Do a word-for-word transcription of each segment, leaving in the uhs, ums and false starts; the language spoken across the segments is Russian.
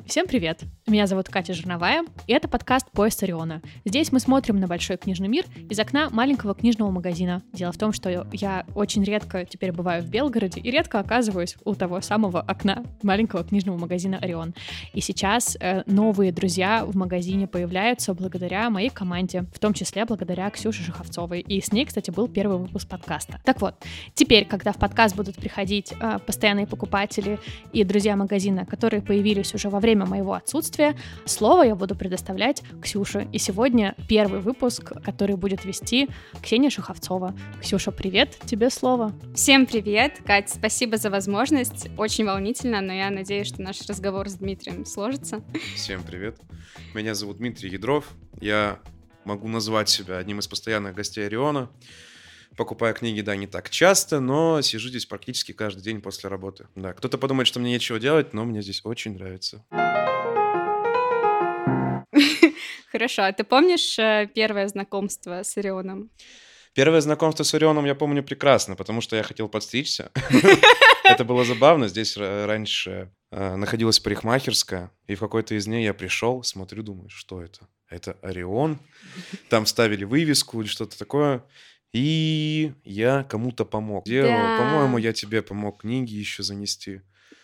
Всем привет! Меня зовут Катя Жирновая, и это подкаст «Поезд Ориона». Здесь мы смотрим на большой книжный мир из окна маленького книжного магазина. Дело в том, что я очень редко теперь бываю в Белгороде и редко оказываюсь у того самого окна маленького книжного магазина «Орион». И сейчас э, новые друзья в магазине появляются благодаря моей команде, в том числе благодаря Ксюше Жиховцовой. И с ней, кстати, был первый выпуск подкаста. Так вот, теперь, когда в подкаст будут приходить э, постоянные покупатели и друзья магазина, которые появились уже во время моего отсутствия, слово я буду предоставлять Ксюше. И сегодня первый выпуск, который будет вести Ксения Жиховцова. Ксюша, привет, тебе слово. Всем привет, Кать, спасибо за возможность. Очень волнительно, но я надеюсь, что наш разговор с Дмитрием сложится. Всем привет. Меня зовут Дмитрий Ядров. Я могу назвать себя одним из постоянных гостей Ориона. Покупаю книги, да, не так часто, но сижу здесь практически каждый день после работы. Да, кто-то подумает, что мне нечего делать, но мне здесь очень нравится. Хорошо, а ты помнишь первое знакомство с Орионом? Первое знакомство с Орионом я помню прекрасно, потому что я хотел подстричься. Это было забавно. Здесь раньше находилась парикмахерская, и в какой-то из дней я пришел, смотрю, думаю, что это? Это Орион. Там ставили вывеску или что-то такое. И я кому-то помог. Делал, Да. По-моему, я тебе помог книги еще занести.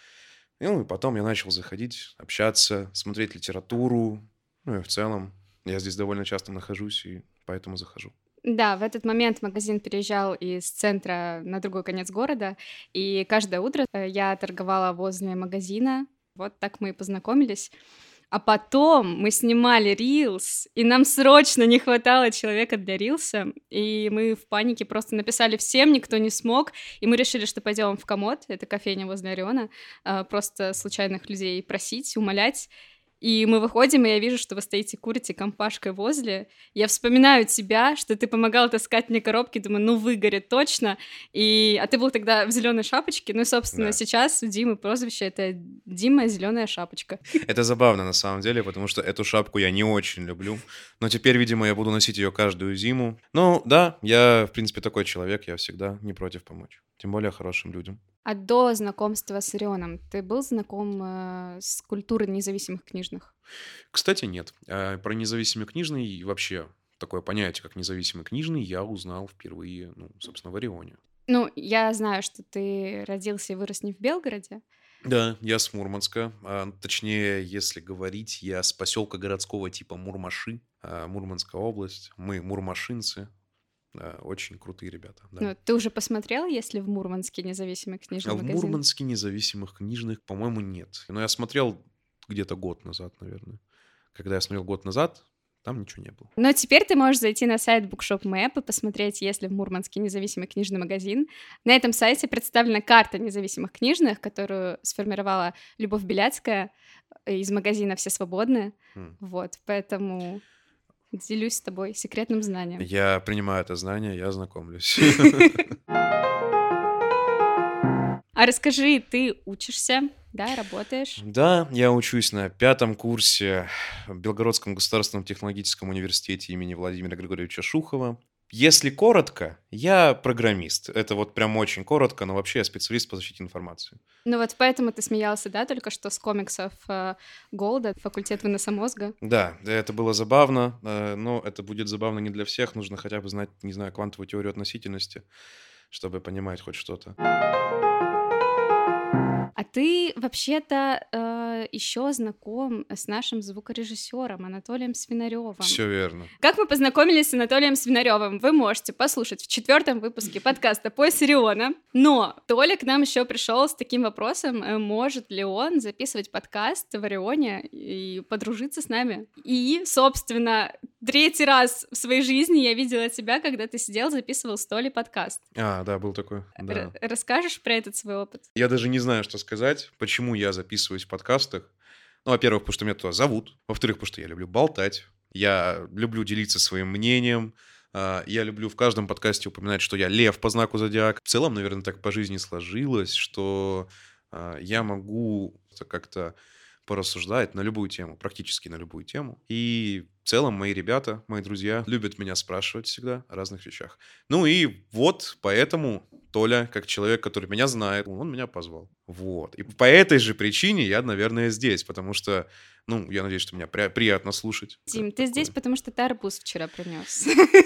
Ну, и потом я начал заходить, общаться, смотреть литературу. Ну, и в целом я здесь довольно часто нахожусь, и поэтому захожу. Да, в этот момент магазин переезжал из центра на другой конец города, и каждое утро э, я торговала возле магазина. Вот так мы и познакомились. А потом мы снимали рилс, и нам срочно не хватало человека для рилса, и мы в панике просто написали всем, никто не смог, и мы решили, что пойдем в Комод, это кофейня возле Ориона, э, просто случайных людей просить, умолять. И мы выходим, и я вижу, что вы стоите, курите компашкой возле. Я вспоминаю тебя, что ты помогал таскать мне коробки, думаю, ну выгорит точно. И... А ты был тогда в зеленой шапочке. Ну и, собственно, Да. сейчас у Димы прозвище — это Дима Зеленая шапочка. Это забавно на самом деле, потому что эту шапку я не очень люблю. Но теперь, видимо, я буду носить ее каждую зиму. Ну да, я, в принципе, такой человек, я всегда не против помочь. Тем более хорошим людям. А до знакомства с Орионом ты был знаком э, с культурой независимых книжных? Кстати, нет. А Про независимый книжный и вообще такое понятие, как независимый книжный, я узнал впервые, ну, собственно, в Орионе. Ну, я знаю, что ты родился и вырос не в Белгороде. Да, я с Мурманска. А, точнее, если говорить, я с поселка городского типа Мурмаши, а, Мурманская область. Мы мурмашинцы. Да, очень крутые ребята. Да. Ну, ты уже посмотрел, есть ли в Мурманске независимый книжный А в магазин? Мурманске независимых книжных, по-моему, нет. Но я смотрел где-то год назад, наверное. Когда я смотрел год назад, там ничего не было. Но теперь ты можешь зайти на сайт Bookshop Map и посмотреть, есть ли в Мурманске независимый книжный магазин. На этом сайте представлена карта независимых книжных, которую сформировала Любовь Беляцкая из магазина «Все свободны». М. Вот, поэтому делюсь с тобой секретным знанием. Я принимаю это знание, я знакомлюсь. А расскажи, ты учишься, да, работаешь? Да, я учусь на пятом курсе в Белгородском государственном технологическом университете имени Владимира Григорьевича Шухова. Если коротко, я программист. Это вот прям очень коротко, но вообще я специалист по защите информации. Ну вот поэтому ты смеялся, да, только что с комиксов э, Голда, факультет выноса мозга. Да, это было забавно, э, но это будет забавно не для всех. Нужно хотя бы знать, не знаю, квантовую теорию относительности, чтобы понимать хоть что-то. А ты вообще-то э, еще знаком с нашим звукорежиссером Анатолием Свинаревым. Все верно. Как мы познакомились с Анатолием Свинаревым, вы можете послушать в четвертом выпуске подкаста «Поезд Ориона». Но Толя к нам еще пришел с таким вопросом, э, может ли он записывать подкаст в Орионе и подружиться с нами. И, собственно, третий раз в своей жизни я видела тебя, когда ты сидел, записывал с Толей подкаст. А, да, был такой. Да. Р- расскажешь про этот свой опыт? Я даже не знаю, что сказать, почему я записываюсь в подкастах. Ну, во-первых, потому что меня туда зовут. Во-вторых, потому что я люблю болтать. Я люблю делиться своим мнением. А, Я люблю в каждом подкасте упоминать, что я лев по знаку зодиака. В целом, наверное, так по жизни сложилось, что а, я могу как-то порассуждать на любую тему, практически на любую тему. И в целом мои ребята, мои друзья любят меня спрашивать всегда о разных вещах. Ну и вот поэтому Толя, как человек, который меня знает, он меня позвал. Вот. И по этой же причине я, наверное, здесь, потому что, ну, я надеюсь, что меня при- приятно слушать. Тим, Как ты такое. здесь, потому что ты арбуз вчера принес.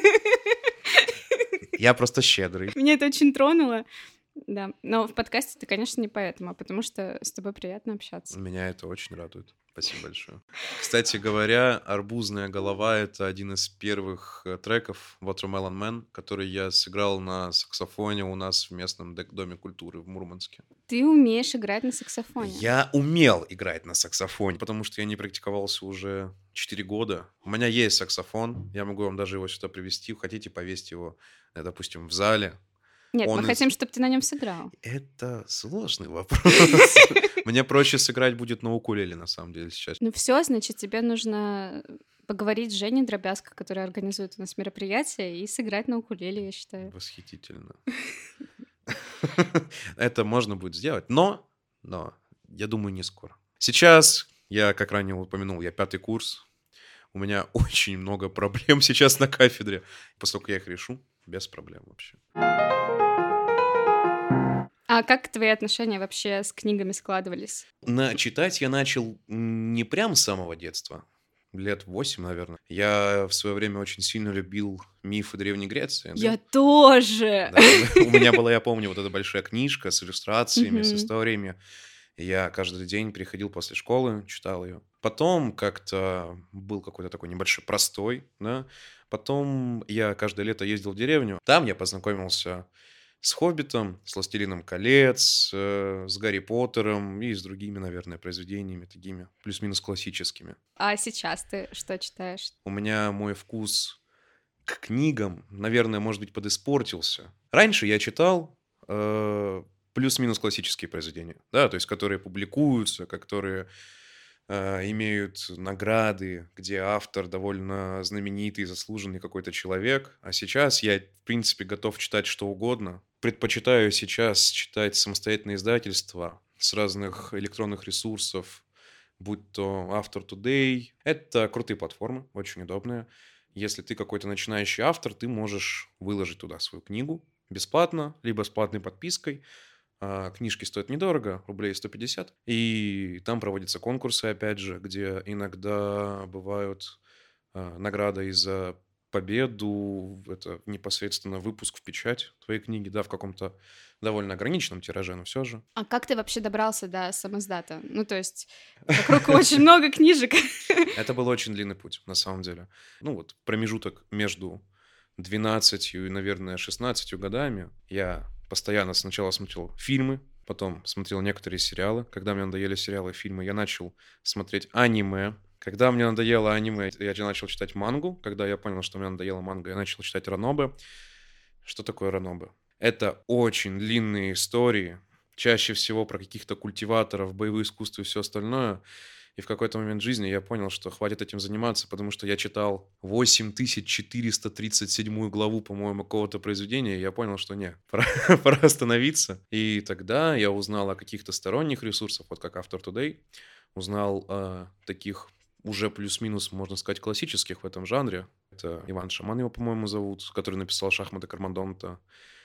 Я просто щедрый. Меня это очень тронуло. Да, но в подкасте ты, конечно, не поэтому, а потому что с тобой приятно общаться. Меня это очень радует. Спасибо большое. Кстати говоря, «Арбузная голова» — это один из первых э, треков Watermelon Man, который я сыграл на саксофоне у нас в местном дек- доме культуры в Мурманске. Ты умеешь играть на саксофоне. Я умел играть на саксофоне, потому что я не практиковался уже четыре года. У меня есть саксофон, я могу вам даже его сюда привезти. Хотите, повесить его, э, допустим, в зале. Нет, Он мы из- хотим, чтобы ты на нем сыграл. Это сложный вопрос. Мне проще сыграть будет на укулеле, на самом деле, сейчас. Ну все, значит, тебе нужно поговорить с Женей Дробязко, который организует у нас мероприятие, и сыграть на укулеле, я считаю. Восхитительно. Это можно будет сделать, но, но, я думаю, не скоро. Сейчас, я, как ранее упомянул, я пятый курс. У меня очень много проблем сейчас на кафедре. Поскольку я их решу, без проблем вообще. А как твои отношения вообще с книгами складывались? На читать я начал м, не прям с самого детства. Лет восемь, наверное. Я в свое время очень сильно любил мифы Древней Греции. да. Я тоже! Да, у меня была, я помню, вот эта большая книжка с иллюстрациями, с Мгм. историями. И я каждый день приходил после школы, читал ее. Потом как-то был какой-то такой небольшой простой, да. Потом я каждое лето ездил в деревню. Там я познакомился с «Хоббитом», с «Властелином колец», э, с «Гарри Поттером» и с другими, наверное, произведениями такими, плюс-минус классическими. А сейчас ты что читаешь? У меня мой вкус к книгам, наверное, может быть, подиспортился. Раньше я читал э, плюс-минус классические произведения, да, то есть которые публикуются, которые э, имеют награды, где автор довольно знаменитый, заслуженный какой-то человек. А сейчас я, в принципе, готов читать что угодно. Предпочитаю сейчас читать самостоятельные издательства с разных электронных ресурсов, будь то Автор Today. Это крутые платформы, очень удобные. Если ты какой-то начинающий автор, ты можешь выложить туда свою книгу бесплатно, либо с платной подпиской. А, Книжки стоят недорого, рублей сто пятьдесят. И там проводятся конкурсы, опять же, где иногда бывают а, награды и за победу, это непосредственно выпуск в печать твоей книги, да, в каком-то довольно ограниченном тираже, но все же. А как ты вообще добрался до самоздата? Ну, то есть вокруг очень много книжек. Это был очень длинный путь, на самом деле. Ну вот, промежуток между двенадцатью и, наверное, шестнадцатью годами я постоянно сначала смотрел фильмы, потом смотрел некоторые сериалы. Когда мне надоели сериалы и фильмы, я начал смотреть аниме. Когда мне надоело аниме, я начал читать мангу. Когда я понял, что мне надоело манга, я начал читать ранобэ. Что такое ранобэ? Это очень длинные истории, чаще всего про каких-то культиваторов, боевые искусства и все остальное. И в какой-то момент жизни я понял, что хватит этим заниматься, потому что я читал восемь тысяч четыреста тридцать седьмую главу, по-моему, какого-то произведения, и я понял, что не, пора, пора остановиться. И тогда я узнал о каких-то сторонних ресурсах, вот как Автор Today, узнал о таких уже плюс-минус, можно сказать, классических в этом жанре. Это Иван Шаман его, по-моему, зовут, который написал «Шахматы Кармадонта».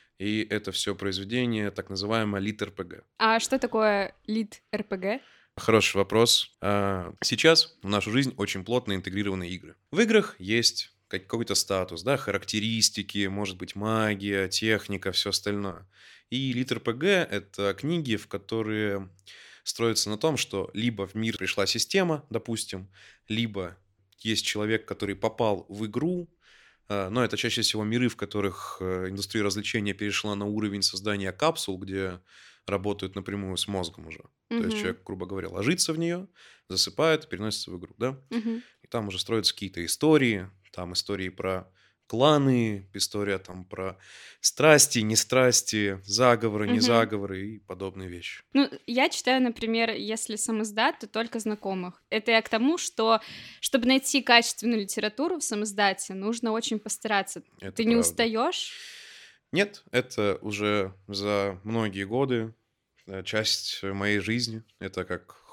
И это все произведение, так называемое лит-эр пэ гэ. А что такое лит-эр пэ гэ? Хороший вопрос. А, Сейчас в нашу жизнь очень плотно интегрированы игры. В играх есть как- какой-то статус, да, характеристики, может быть, магия, техника, все остальное. И лит-эр пэ гэ — это книги, в которые строятся на том, что либо в мир пришла система, допустим, либо есть человек, который попал в игру, а, но это чаще всего миры, в которых э, индустрия развлечения перешла на уровень создания капсул, где работают напрямую с мозгом уже. То есть Мгм. человек, грубо говоря, ложится в нее, засыпает, переносится в игру, да? Мгм. И там уже строятся какие-то истории, там истории про кланы, история там про страсти, не страсти, заговоры, не Мгм. заговоры и подобные вещи. Ну, я читаю, например, если самиздат, то только знакомых. Это я к тому, что чтобы найти качественную литературу в самиздате, нужно очень постараться. Это Ты не правда. устаешь? Нет, это уже за многие годы э, часть моей жизни. Это как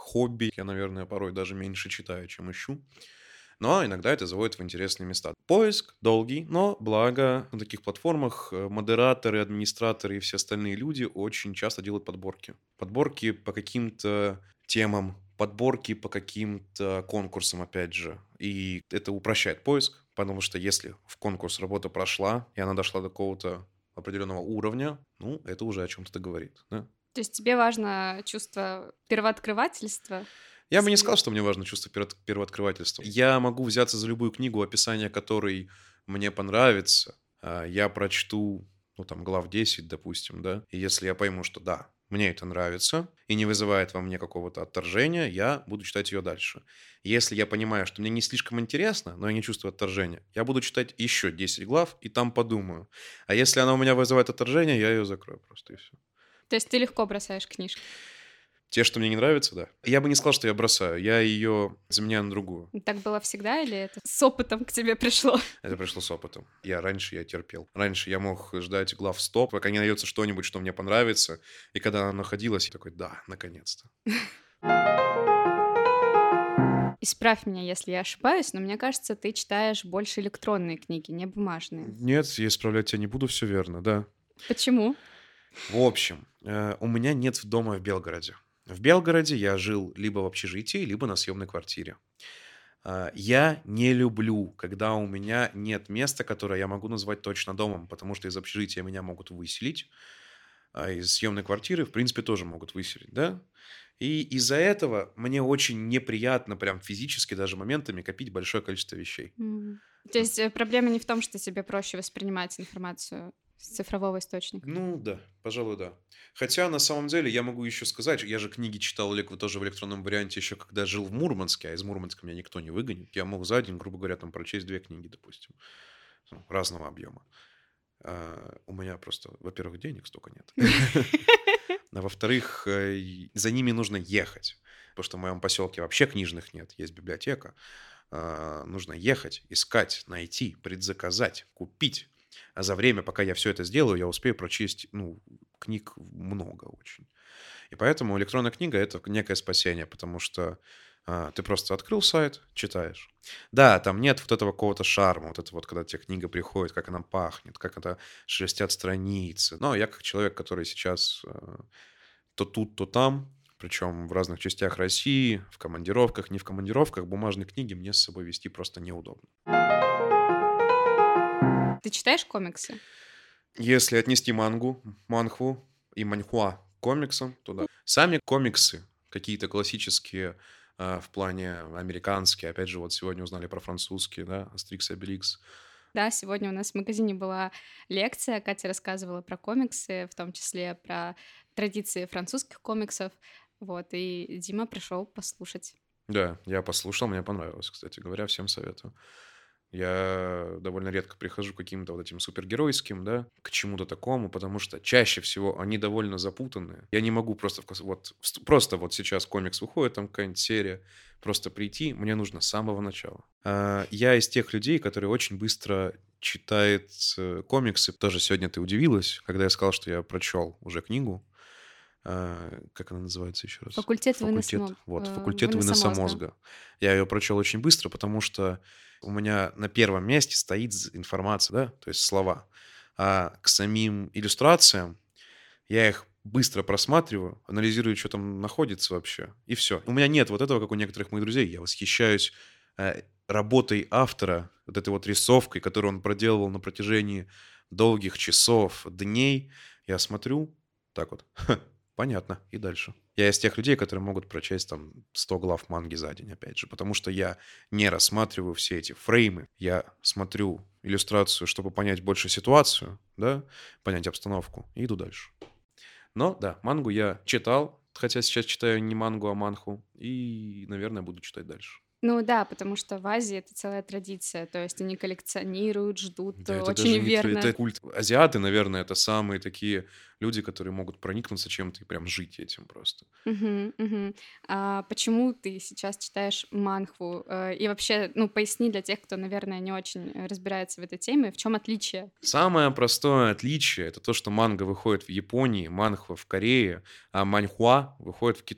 хобби. Я, наверное, порой даже меньше читаю, чем ищу. Но иногда это заводит в интересные места. Поиск долгий, но благо на таких платформах э, модераторы, администраторы и все остальные люди очень часто делают подборки. Подборки по каким-то темам, подборки по каким-то конкурсам, опять же. И это упрощает поиск, потому что если в конкурс работа прошла, и она дошла до какого-то определенного уровня, ну, это уже о чем-то говорит, да? То есть тебе важно чувство первооткрывательства? Я бы не сказал, что мне важно чувство перво- первооткрывательства. Я могу взяться за любую книгу, описание которой мне понравится. а, Я прочту, ну, там, глав десять, допустим, да. И если я пойму, что да, мне это нравится и не вызывает во мне какого-то отторжения, я буду читать ее дальше. Если я понимаю, что мне не слишком интересно, но я не чувствую отторжения, я буду читать еще десять глав и там подумаю. А если она у меня вызывает отторжение, я ее закрою просто и все. То есть ты легко бросаешь книжки? Те, что мне не нравятся, да. Я бы не сказал, что я бросаю. Я ее заменяю на другую. Так было всегда или это с опытом к тебе пришло? Это пришло с опытом. Я раньше я терпел. Раньше я мог ждать глав стоп, пока не найдется что-нибудь, что мне понравится. И когда она находилась, я такой, да, наконец-то. Исправь меня, если я ошибаюсь, но мне кажется, ты читаешь больше электронные книги, не бумажные. Нет, я исправлять тебя не буду, все верно, да. Почему? В общем, э, у меня нет дома в Белгороде. В Белгороде я жил либо в общежитии, либо на съемной квартире. А, Я не люблю, когда у меня нет места, которое я могу назвать точно домом, потому что из общежития меня могут выселить, а из съемной квартиры, в принципе, тоже могут выселить, да? И из-за этого мне очень неприятно, прям физически даже моментами, копить большое количество вещей. М. То есть э, проблема не в том, что тебе проще воспринимать информацию с цифрового источника. Ну да, пожалуй, да. Хотя на самом деле я могу еще сказать, я же книги читал элек- тоже в электронном варианте еще когда жил в Мурманске, а из Мурманска меня никто не выгонит. Я мог за день, грубо говоря, там прочесть две книги, допустим, ну, разного объема. А, у меня просто, во-первых, денег столько нет. А во-вторых, э, и за ними нужно ехать. Потому что в моем поселке вообще книжных нет, есть библиотека. А, Нужно ехать, искать, найти, предзаказать, купить. А за время, пока я все это сделаю, я успею прочесть, ну, книг много очень. И поэтому электронная книга — это некое спасение, потому что а, ты просто открыл сайт, читаешь. Да, там нет вот этого какого-то шарма, вот это вот, когда тебе книга приходит, как она пахнет, как это шелестят страницы. Но я как человек, который сейчас а, то тут, то там, причем в разных частях России, в командировках, не в командировках, бумажные книги мне с собой вести просто неудобно. Ты читаешь комиксы? Если отнести мангу, манхву и манхуа к комиксам, то да. Сами комиксы, какие-то классические а, в плане американские, опять же, вот сегодня узнали про французские, да, Астерикс и Обеликс. Да, сегодня у нас в магазине была лекция, Катя рассказывала про комиксы, в том числе про традиции французских комиксов. Вот, и Дима пришел послушать. Да, я послушал, мне понравилось, кстати говоря, всем советую. Я довольно редко прихожу к каким-то вот этим супергеройским, да, к чему-то такому, потому что чаще всего они довольно запутанные. Я не могу просто, в кос- вот, вст- просто вот сейчас комикс выходит, там какая-нибудь серия, просто прийти, мне нужно с самого начала. А, Я из тех людей, которые очень быстро читает э, комиксы. Тоже сегодня ты удивилась, когда я сказал, что я прочел уже книгу. А, Как она называется еще раз? Факультет Факультет, выносимо- вот, э, факультет выносомозга. выносомозга. Я ее прочел очень быстро, потому что у меня на первом месте стоит з- информация, да, то есть слова. А к самим иллюстрациям я их быстро просматриваю, анализирую, что там находится вообще, и все. У меня нет вот этого, как у некоторых моих друзей. Я восхищаюсь э, работой автора, вот этой вот рисовкой, которую он проделывал на протяжении долгих часов, дней. Я смотрю, так вот, понятно, и дальше. Я из тех людей, которые могут прочесть там сто глав манги за день, опять же, потому что я не рассматриваю все эти фреймы. Я смотрю иллюстрацию, чтобы понять больше ситуацию, да, понять обстановку, и иду дальше. Но, да, мангу я читал, хотя сейчас читаю не мангу, а манху, и, наверное, буду читать дальше. Ну да, потому что в Азии это целая традиция, то есть они коллекционируют, ждут Да, э, это очень даже не тра- верно. это культ. Азиаты, наверное, это самые такие люди, которые могут проникнуться чем-то и прям жить этим просто. Мгм, мгм. А почему ты сейчас читаешь манхву? Э, И вообще, ну, поясни для тех, кто, наверное, не очень э, разбирается в этой теме, в чем отличие? Самое простое отличие — это то, что манга выходит в Японии, манхва в Корее, а маньхуа выходит в Китае.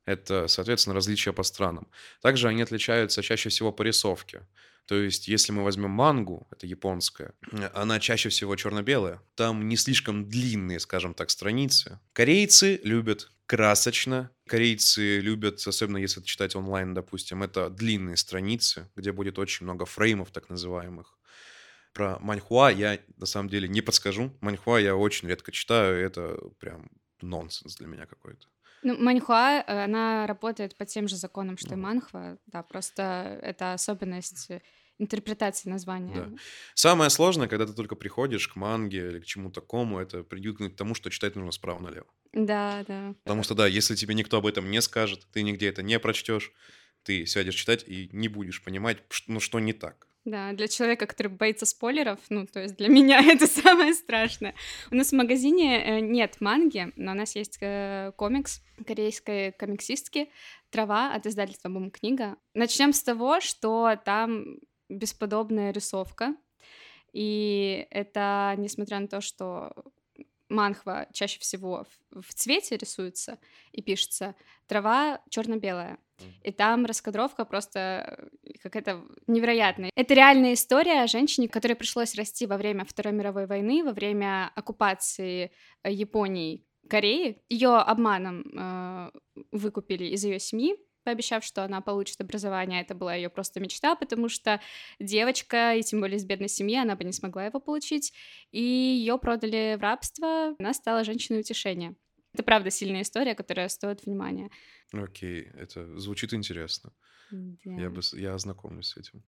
Это, соответственно, различия по странам. Также они отличаются чаще всего по рисовке. То есть, если мы возьмем мангу, это японская, она чаще всего черно-белая. Там не слишком длинные, скажем так, страницы. Корейцы любят красочно. Корейцы любят, особенно если это читать онлайн, допустим, это длинные страницы, где будет очень много фреймов, так называемых. Про маньхуа я, на самом деле, не подскажу. Маньхуа я очень редко читаю, это прям нонсенс для меня какой-то. Ну, маньхуа, э, она работает по тем же законам, что и Ну, манхва, да, просто это особенность э, интерпретации да. названия. Самое сложное, когда ты только приходишь к манге или к чему-то такому, это привыкнуть к тому, что читать нужно справа налево. Да, да. Потому что, да, если тебе никто об этом не скажет, ты нигде это не прочтешь, ты сядешь читать и не будешь понимать, ш- ну, что не так. Да, для человека, который боится спойлеров, ну, то есть для меня это самое страшное. У нас в магазине э, нет манги, но у нас есть э, комикс корейской комиксистки «Трава» от издательства «Бум-книга». Начнем с того, что там бесподобная рисовка, и это несмотря на то, что манхва чаще всего в в цвете рисуется и пишется, трава черно-белая. И там раскадровка просто э, какая-то невероятная. Это реальная история о женщине, которой пришлось расти во время Второй мировой войны, во время оккупации э, Японии Кореи. Ее обманом э, выкупили из ее семьи, пообещав, что она получит образование. Это была ее просто мечта, потому что девочка, и тем более из бедной семьи, она бы не смогла его получить. И ее продали в рабство. Она стала женщиной утешения. Это правда сильная история, которая стоит внимания. Окей, это звучит интересно. Я Да. бы, с- я ознакомлюсь с этим.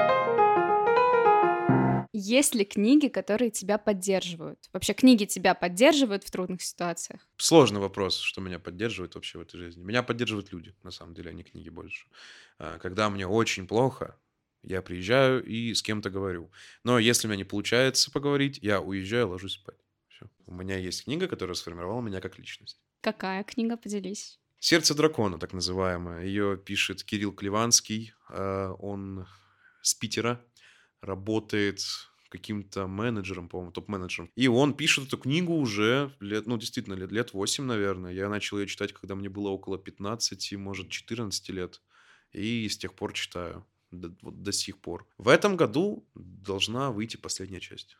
Есть ли книги, которые тебя поддерживают? Вообще книги тебя поддерживают в трудных ситуациях? Сложный вопрос, что меня поддерживает вообще в этой жизни. Меня поддерживают люди, на самом деле, а не книги больше. А, Когда мне очень плохо, я приезжаю и с кем-то говорю. Но если у меня не получается поговорить, я уезжаю, ложусь спать. Всё. У меня есть книга, которая сформировала меня как личность. Какая книга? Поделись. «Сердце дракона», так называемое. Ее пишет Кирилл Клеванский. А, Он с Питера, работает каким-то менеджером, по-моему, топ-менеджером. И он пишет эту книгу уже лет, ну, действительно, лет, лет восемь, наверное. Я начал ее читать, когда мне было около пятнадцати, может, четырнадцати лет. И с тех пор читаю. До, вот до сих пор. В этом году должна выйти последняя часть.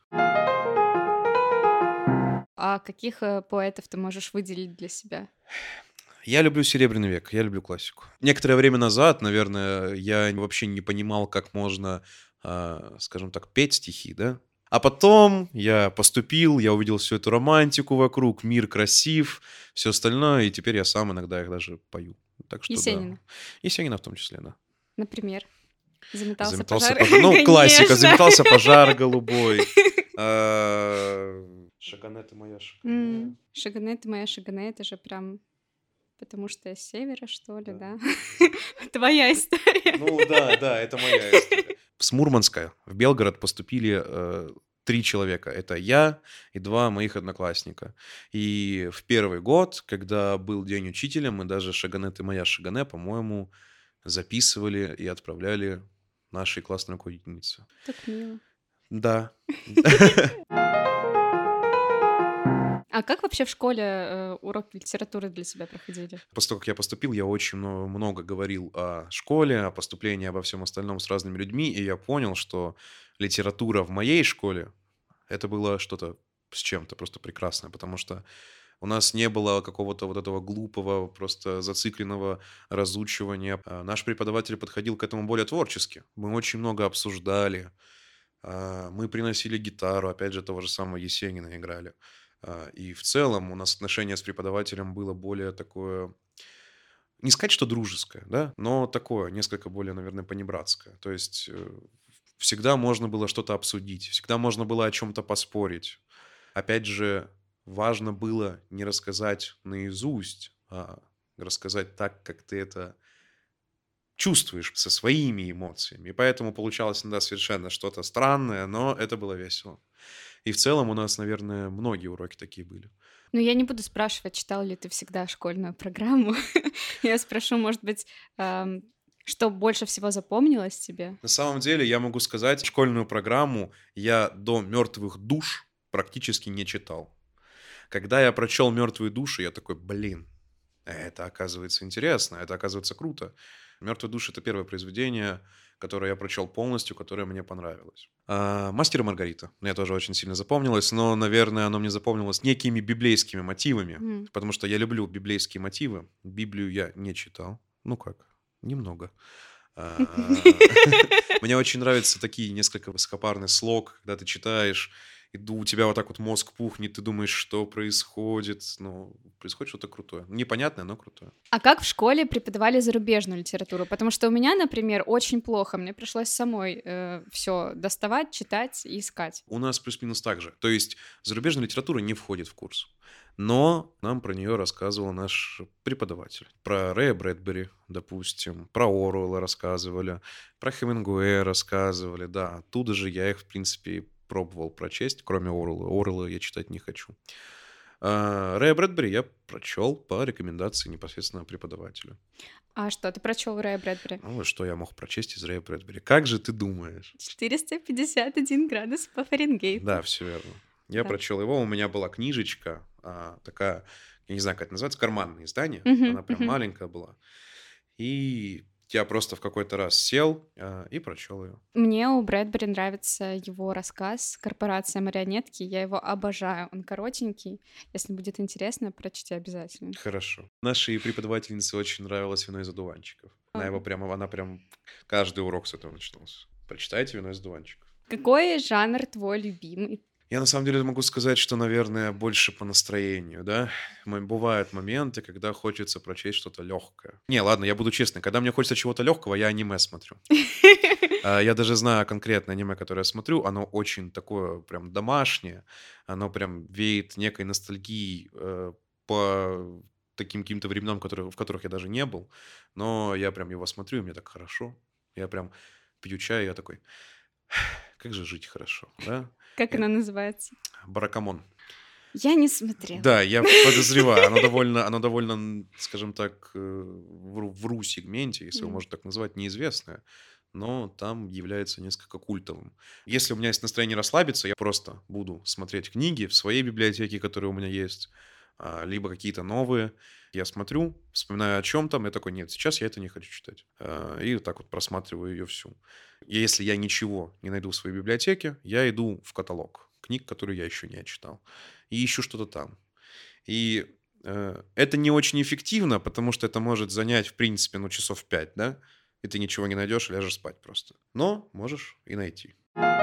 А каких э, поэтов ты можешь выделить для себя? Я люблю Серебряный век, я люблю классику. Некоторое время назад, наверное, я вообще не понимал, как можно, а, скажем так, петь стихи, да? А потом я поступил, я увидел всю эту романтику вокруг, мир красив, все остальное, и теперь я сам иногда их даже пою. Так что Есенина, да. Есенина в том числе, да. например. Заметался Заметался пожар. пожар. Ну, классика. Конечно. Заметался пожар голубой. А, Шагане, ты моя шагане. М, Шагане, ты моя Шагане, это же прям потому что я с севера, что ли, Да. да? Твоя история. Ну да, да, это моя история. С Мурманска в Белгород поступили э, три человека. Это я и два моих одноклассника. И в первый год, когда был День учителя, мы даже «Шагане, ты моя Шагане», по-моему, записывали и отправляли нашей классной руководительнице. Так мило. Да. А как вообще в школе э, уроки литературы для тебя проходили? После того, как я поступил, я очень много, много говорил о школе, о поступлении, обо всем остальном с разными людьми, и я понял, что литература в моей школе — это было что-то с чем-то просто прекрасное, потому что у нас не было какого-то вот этого глупого, просто зацикленного разучивания. А Наш преподаватель подходил к этому более творчески. Мы очень много обсуждали, а, мы приносили гитару, опять же, того же самого Есенина играли. А, И в целом у нас отношение с преподавателем было более такое, не сказать, что дружеское, да, но такое, несколько более, наверное, понебратское. То есть э, всегда можно было что-то обсудить, всегда можно было о чем-то поспорить. Опять же, важно было не рассказать наизусть, а рассказать так, как ты это чувствуешь, со своими эмоциями. И поэтому получалось иногда совершенно что-то странное, но это было весело. И в целом у нас, наверное, многие уроки такие были. Ну, я не буду спрашивать, читал ли ты всегда школьную программу. Я спрошу, может быть, ам, что больше всего запомнилось тебе? На самом деле, я могу сказать, школьную программу я до «Мертвых душ» практически не читал. Когда я прочел «Мертвые души», я такой, блин, Это, оказывается, интересно, это, оказывается, круто. «Мертвые души» — это первое произведение, которое я прочел полностью, которое мне понравилось. А, «Мастер и Маргарита» мне тоже очень сильно запомнилось, но, наверное, оно мне запомнилось некими библейскими мотивами, Мгм. потому что я люблю библейские мотивы. Библию я не читал. Ну как, немного. А, Мне очень нравятся такие несколько высокопарный слог, когда ты читаешь, и ду- у тебя вот так вот мозг пухнет, ты думаешь, что происходит. Ну, происходит что-то крутое. Непонятное, но крутое. А как в школе преподавали зарубежную литературу? Потому что у меня, например, очень плохо. Мне пришлось самой все доставать, читать и искать. У нас плюс-минус так же. То есть зарубежная литература не входит в курс. Но нам про нее рассказывал наш преподаватель. Про Рэя Брэдбери, допустим, про Оруэлла рассказывали, про Хемингуэя рассказывали, да. Оттуда же я их, в принципе, пробовал прочесть, кроме Оруэлла. Оруэлла я читать не хочу. А Рэя Брэдбери я прочел по рекомендации непосредственно преподавателя. А что, ты прочел Рэя Брэдбери? Ну, что я мог прочесть из Рэя Брэдбери? Как же ты думаешь? четыреста пятьдесят один градус по Фаренгейту. Да, все верно. Я Да. прочел его, у меня была книжечка, а, такая, я не знаю, как это называется, карманное издание. Мгм, Она прям мгм. маленькая была. И я просто в какой-то раз сел а, и прочел ее. Мне у Брэдбери нравится его рассказ «Корпорация марионетки». Я его обожаю. Он коротенький. Если будет интересно, прочти обязательно. Хорошо. Нашей преподавательнице очень нравилось «Вино из одуванчиков». Она А. его прямо, она прям каждый урок с этого начинался. Прочитайте «Вино из одуванчиков». Какой жанр твой любимый? Я на самом деле могу сказать, что, наверное, больше по настроению, да. М- Бывают моменты, когда хочется прочесть что-то легкое. Не, ладно, я буду честный. Когда мне хочется чего-то легкого, я аниме смотрю. А, Я даже знаю конкретное аниме, которое я смотрю. Оно очень такое прям домашнее. Оно прям веет некой ностальгией э, по таким каким-то временам, которые, в которых я даже не был. Но я прям его смотрю, и мне так хорошо. Я прям пью чай, и я такой, как же жить хорошо, да? Как Я- она называется? Баракамон. Я не смотрела. Да, я подозреваю. Оно довольно, оно довольно, м, скажем так, э, в ру- в ру-сегменте, если его Мгм. можно так назвать, неизвестное, но там является несколько культовым. Если у меня есть настроение расслабиться, я просто буду смотреть книги в своей библиотеке, которые у меня есть, а, либо какие-то новые. Я смотрю, вспоминаю о чем там, я такой, нет, сейчас я это не хочу читать. А, И вот так вот просматриваю ее всю. И если я ничего не найду в своей библиотеке, я иду в каталог книг, которые я еще не читал, и ищу что-то там. И э, это не очень эффективно, потому что это может занять, в принципе, ну, часов пять, да? И ты ничего не найдешь, ляжешь спать просто. Но можешь и найти.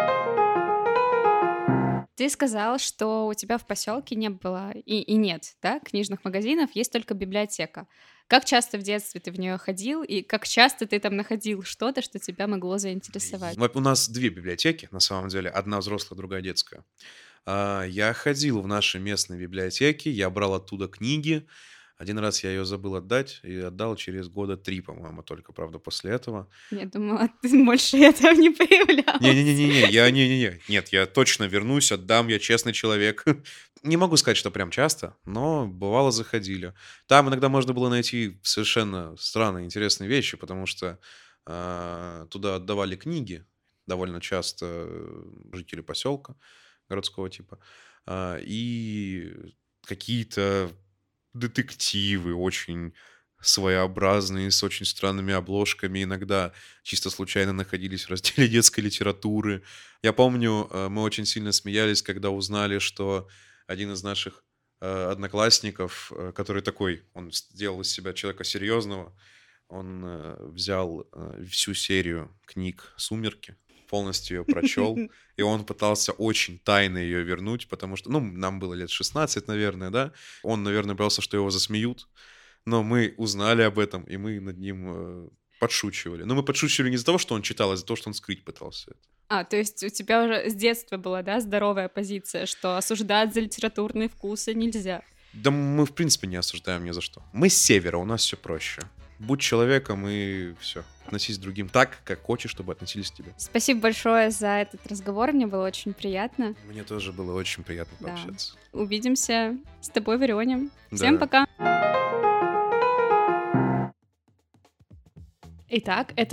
Ты сказал, что у тебя в поселке не было и, и нет, да, книжных магазинов, есть только библиотека. Как часто в детстве ты в нее ходил, и как часто ты там находил что-то, что тебя могло заинтересовать? Вот у нас две библиотеки, на самом деле. Одна взрослая, другая детская. А, Я ходил в наши местные библиотеки, я брал оттуда книги. Один раз я ее забыл отдать и отдал через года три, по-моему, только, правда, после этого. Я думала, ты больше этого не появлялся. Не-не-не-не, я не-не-не. Нет, я точно вернусь, отдам, я честный человек. Не могу сказать, что прям часто, но бывало заходили. Там иногда можно было найти совершенно странные, интересные вещи, потому что а, туда отдавали книги довольно часто э, жители поселка городского типа. А, и какие-то детективы очень своеобразные, с очень странными обложками. Иногда чисто случайно находились в разделе детской литературы. Я помню, э, мы очень сильно смеялись, когда узнали, что один из наших э, одноклассников, э, который такой, он сделал из себя человека серьезного, он э, взял э, всю серию книг «Сумерки», полностью ее прочел, и он пытался очень тайно ее вернуть, потому что, ну, нам было лет шестнадцать, наверное, да, он, наверное, боялся, что его засмеют, но мы узнали об этом, и мы над ним э, подшучивали. Но мы подшучивали не из-за того, что он читал, а из-за того, что он скрыть пытался это. А, то есть у тебя уже с детства была, да, здоровая позиция, что осуждать за литературные вкусы нельзя. Да мы, в принципе, не осуждаем ни за что. Мы с севера, у нас все проще. Будь человеком и все. Относись к другим так, как хочешь, чтобы относились к тебе. Спасибо большое за этот разговор, мне было очень приятно. Мне тоже было очень приятно Да. пообщаться. Увидимся с тобой, Верёнем. Всем Да. пока! Итак, этот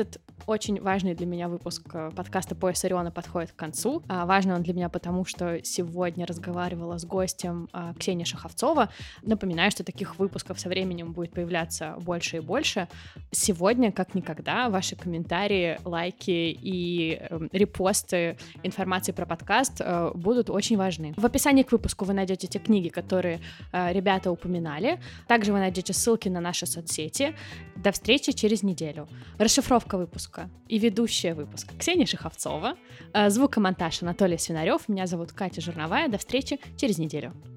очень важный для меня выпуск подкаста «Пояс Ориона» подходит к концу. Важный он для меня потому, что сегодня разговаривала с гостем Ксения Шаховцова. Напоминаю, что таких выпусков со временем будет появляться больше и больше. Сегодня, как никогда, ваши комментарии, лайки и репосты информации про подкаст будут очень важны. В описании к выпуску вы найдете те книги, которые ребята упоминали. Также вы найдете ссылки на наши соцсети. До встречи через неделю. Расшифровка выпуска и ведущая выпуска Ксения Шаховцова, звукомонтаж Анатолий Свинарев. Меня зовут Катя Жирновая. До встречи через неделю.